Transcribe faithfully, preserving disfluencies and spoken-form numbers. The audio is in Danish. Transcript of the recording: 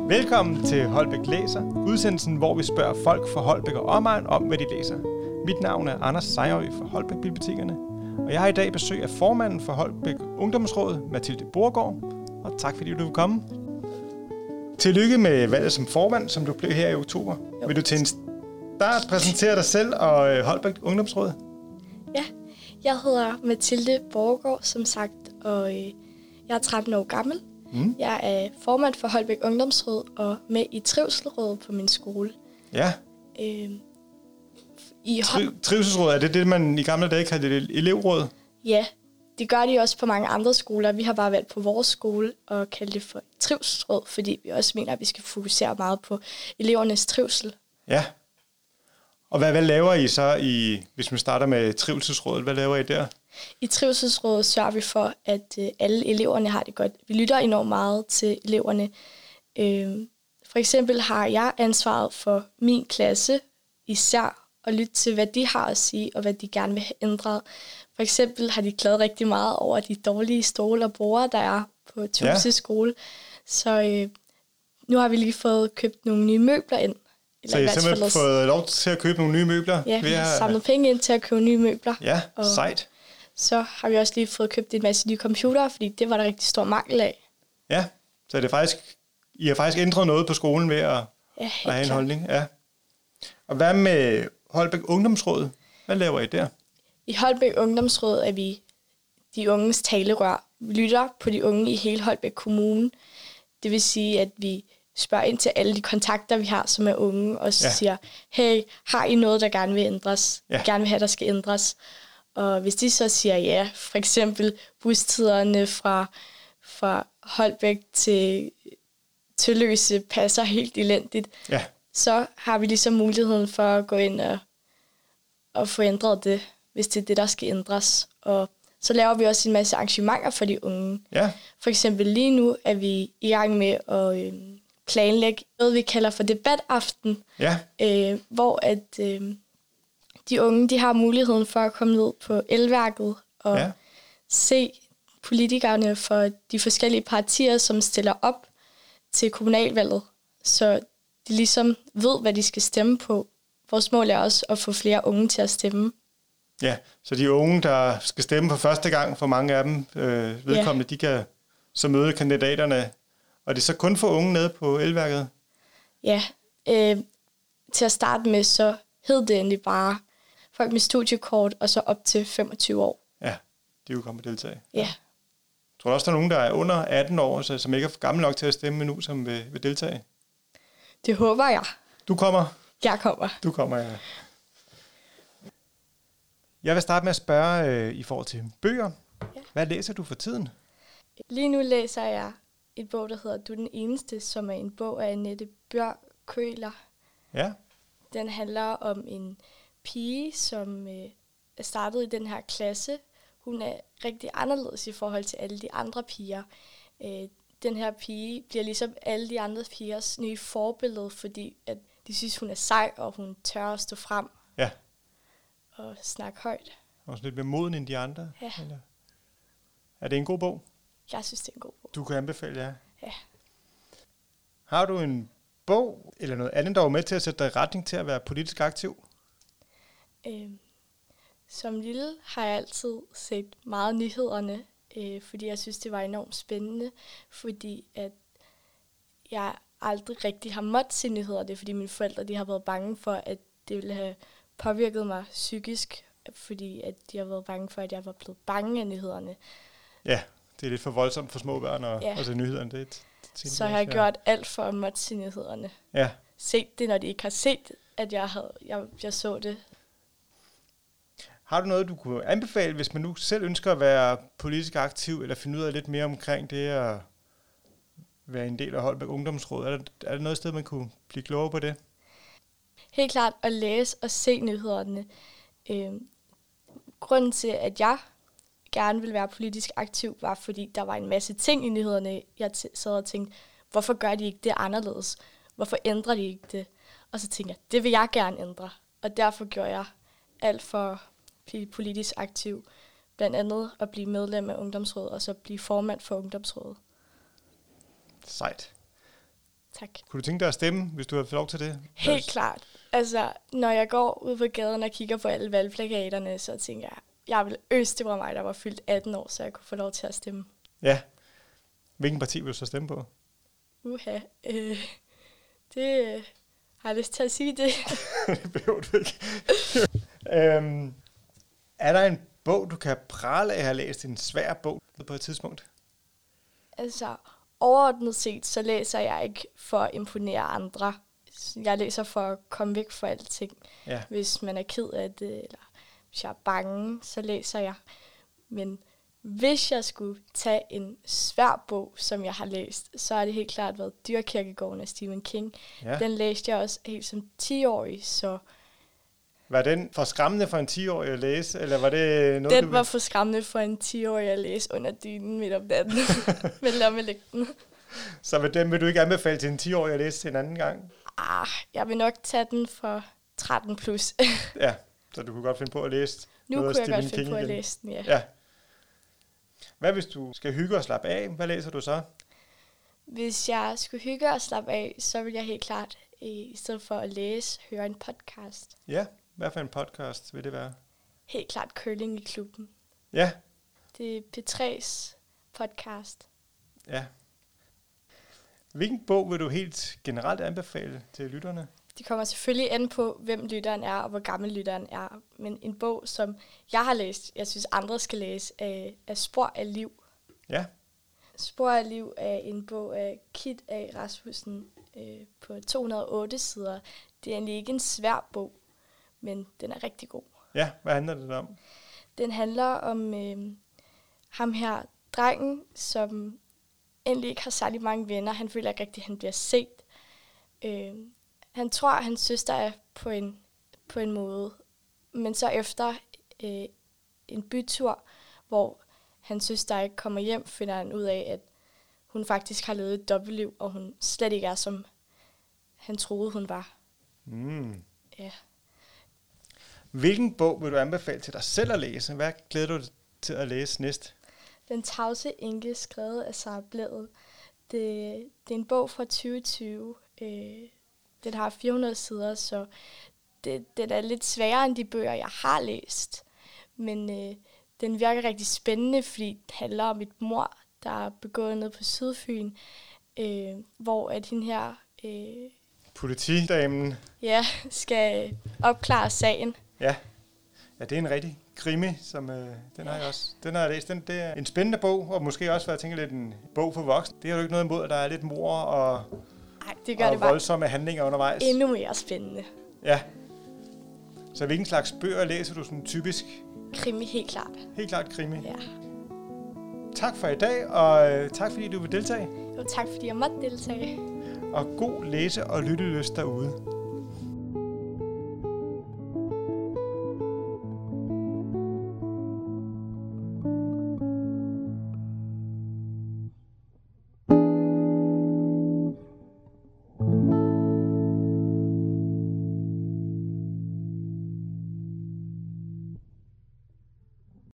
Velkommen til Holbæk Læser, udsendelsen, hvor vi spørger folk fra Holbæk og omegn om, hvad de læser. Mit navn er Anders Sejrø fra Holbæk Bibliotekerne, og jeg har i dag besøg af formanden for Holbæk Ungdomsråd, Mathilde Borgård, og tak fordi du vil komme. Tillykke med valget som formand, som du blev her i oktober. Jo. Vil du til en start præsentere dig selv og Holbæk Ungdomsråd? Ja, jeg hedder Mathilde Borgård, som sagt, og øh, jeg er tretten år gammel. Mm. Jeg er formand for Holbæk Ungdomsråd og med i Trivselrådet på min skole. Ja. Øh, i Tri- Trivselsrådet, er det det, man i gamle dage kaldte et elevråd? Ja, det gør de også på mange andre skoler. Vi har bare valgt på vores skole og kaldt det for Trivselsråd, fordi vi også mener, at vi skal fokusere meget på elevernes trivsel. Ja. Og hvad, hvad laver I så, i, hvis man starter med Trivselsrådet? Hvad laver I der? I Trivselsrådet sørger vi for, at øh, alle eleverne har det godt. Vi lytter enormt meget til eleverne. Øh, for eksempel har jeg ansvaret for min klasse især at lytte til, hvad de har at sige, og hvad de gerne vil have ændret. For eksempel har de klaget rigtig meget over de dårlige stole og borde, der er på Tuse skole. Så øh, nu har vi lige fået købt nogle nye møbler ind. Eller så I har simpelthen fået lov til at købe nogle nye møbler? Ja, vi har samlet penge ind til at købe nye møbler. Ja, og sejt. Så har vi også lige fået købt en masse nye computere, fordi det var der rigtig stor mangel af. Ja, så er det faktisk, I har faktisk ændret noget på skolen ved at, ja, at have en holdning. Ja. Og hvad med Holbæk Ungdomsråd? Hvad laver I der? I Holbæk Ungdomsråd er vi de unges talerør. Vi lytter på de unge i hele Holbæk Kommune. Det vil sige, at vi spørger ind til alle de kontakter, vi har, som er unge, og så ja. siger, hey, har I noget, der gerne vil ændres? Ja. Gerne vil have, der skal ændres? Og hvis de så siger ja, for eksempel bustiderne fra, fra Holbæk til Tølløse passer helt elendigt, ja. så har vi ligesom muligheden for at gå ind og, og få ændret det, hvis det er det, der skal ændres. Og så laver vi også en masse arrangementer for de unge. Ja. For eksempel lige nu er vi i gang med at øh, planlægge noget, vi kalder for debataften, ja. øh, hvor at øh, de unge de har muligheden for at komme ned på elværket og ja. se politikerne for de forskellige partier, som stiller op til kommunalvalget, så de ligesom ved, hvad de skal stemme på. Vores mål er også at få flere unge til at stemme. Ja, så de unge, der skal stemme for første gang, for mange af dem øh, vedkommende, ja. de kan så møde kandidaterne. Og det er så kun for unge nede på elværket? Ja, øh, til at starte med, så hed det egentlig bare folk med studiekort, og så op til femogtyve år. Ja, de vil komme og deltage. Ja. Jeg tror også, der er nogen, der er under atten år, så, som ikke er for gammel nok til at stemme nu, som vil, vil deltage? Det håber jeg. Du kommer? Jeg kommer. Du kommer, ja. Jeg vil starte med at spørge øh, i forhold til bøger. Ja. Hvad læser du for tiden? Lige nu læser jeg et bog, der hedder Du er den eneste, som er en bog af Annette Bjørk Køler. Ja. Den handler om en pige, som øh, er startet i den her klasse. Hun er rigtig anderledes i forhold til alle de andre piger. Øh, den her pige bliver ligesom alle de andre pigers nye forbillede, fordi at de synes, hun er sej, og hun tør at stå frem. Ja. Og snakke højt. Og sådan lidt mere moden end de andre? Ja. Eller? Er det en god bog? Jeg synes, det er en god bog. Du kan anbefale, ja. Ja. Har du en bog eller noget andet, der var med til at sætte dig i retning til at være politisk aktiv? Øhm, som lille har jeg altid set meget nyhederne, øh, fordi jeg synes, det var enormt spændende, fordi at jeg aldrig rigtig har måttet se nyheder. Det er, fordi mine forældre de har været bange for, at det ville have påvirket mig psykisk, fordi at de har været bange for, at jeg var blevet bange af nyhederne. Ja, det er lidt for voldsomt for små børn at, ja. at se nyhederne. Det er et, et så jeg har gjort alt for at måtte se nyhederne. Ja. Set det, når de ikke har set, at jeg, havde, jeg, jeg så det. Har du noget, du kunne anbefale, hvis man nu selv ønsker at være politisk aktiv, eller finde ud af lidt mere omkring det at være en del af Holbæk Ungdomsråd? Er der, er der noget sted, man kunne blive klogere på det? Helt klart at læse og se nyhederne. Øh, grunden til, at jeg gerne ville være politisk aktiv, var fordi der var en masse ting i nyhederne. Jeg t- sad og tænkte, hvorfor gør de ikke det anderledes? Hvorfor ændrer de ikke det? Og så tænkte jeg, det vil jeg gerne ændre. Og derfor gjorde jeg alt for at blive politisk aktiv. Blandt andet at blive medlem af Ungdomsrådet, og så blive formand for Ungdomsrådet. Sejt. Tak. Kunne du tænke dig at stemme, hvis du havde fået lov til det? Helt klart. Altså, når jeg går ud på gaden og kigger på alle valgplakaterne, så tænker jeg, jeg ville ønske, det var mig, der var fyldt atten år, så jeg kunne få lov til at stemme. Ja. Hvilken parti vil du så stemme på? Uha. Øh, det øh, har jeg lyst til at sige det. Det behøver du ikke. øhm, er der en bog, du kan prale af at have læst, en svær bog på et tidspunkt? Altså, overordnet set, så læser jeg ikke for at imponere andre. Jeg læser for at komme væk fra alting. Ja. Hvis man er ked af det, eller hvis jeg er bange, så læser jeg. Men hvis jeg skulle tage en svær bog, som jeg har læst, så har det helt klart været Dyrkirkegården af Stephen King. Ja. Den læste jeg også helt som ti-årig, så... Var den for skræmmende for en ti-årig at læse, eller var det noget, Den du... var for skræmmende for en ti-årig at læse under dynen midt om natten med lommelygten. Så med den vil du ikke anbefale til en ti-årig at læse til en anden gang? Ah, jeg vil nok tage den for tretten plus. Ja, så du kunne godt finde på at læse Nu noget kunne af jeg godt Stephen finde King på at igen. læse den, ja. Ja. Hvad hvis du skal hygge og slappe af? Hvad læser du så? Hvis jeg skulle hygge og slappe af, så vil jeg helt klart, i stedet for at læse, høre en podcast. Ja, hvad for en podcast vil det være? Helt klart Curling i klubben. Ja, Det er P tre's podcast. ja. Hvilken bog vil du helt generelt anbefale til lytterne? Det kommer selvfølgelig an på, hvem lytteren er, og hvor gammel lytteren er. Men en bog, som jeg har læst, jeg synes andre skal læse, er, er Spor af liv. Ja, Spor af liv er en bog af Kit A. Rasmussen øh, på to hundrede og otte sider. Det er egentlig ikke en svær bog, men den er rigtig god. ja. Hvad handler det om? Den handler om øh, ham her, drengen, som endelig ikke har særlig mange venner. Han føler ikke rigtig, at han bliver set. Øh, han tror, at hans søster er på en, på en måde. Men så efter øh, en bytur, hvor hans søster ikke kommer hjem, finder han ud af, at hun faktisk har levet et dobbeltliv, og hun slet ikke er, som han troede, hun var. Mm. Ja. Hvilken bog vil du anbefale til dig selv at læse? Hvad glæder du dig til at læse næst? Den tavse enke, skrevet af Sara Blædel. Det, det er en bog fra tyve tyve. Øh, den har fire hundrede sider, så det, den er lidt sværere end de bøger, jeg har læst. Men øh, den virker rigtig spændende, fordi det handler om et mord, der er begået nede på Sydfyn, øh, hvor at hende her øh, Politidamen. ja, skal opklare sagen. Ja. Ja, det er en rigtig krimi, som øh, den har jeg også. Den har jeg læst. Den, det er en spændende bog, og måske også, hvad jeg tænker, lidt en bog for voksne. Det er jo ikke noget imod, at der er lidt mord og, Ej, det gør og det bare voldsomme handlinger undervejs. endnu mere spændende. Ja. Så hvilken slags bøger læser du sådan typisk? Krimi, helt klart. Helt klart krimi. Ja. Tak for i dag, og øh, tak fordi du vil deltage. Jo, tak fordi jeg måtte deltage. Og god læse- og lyttelyst derude.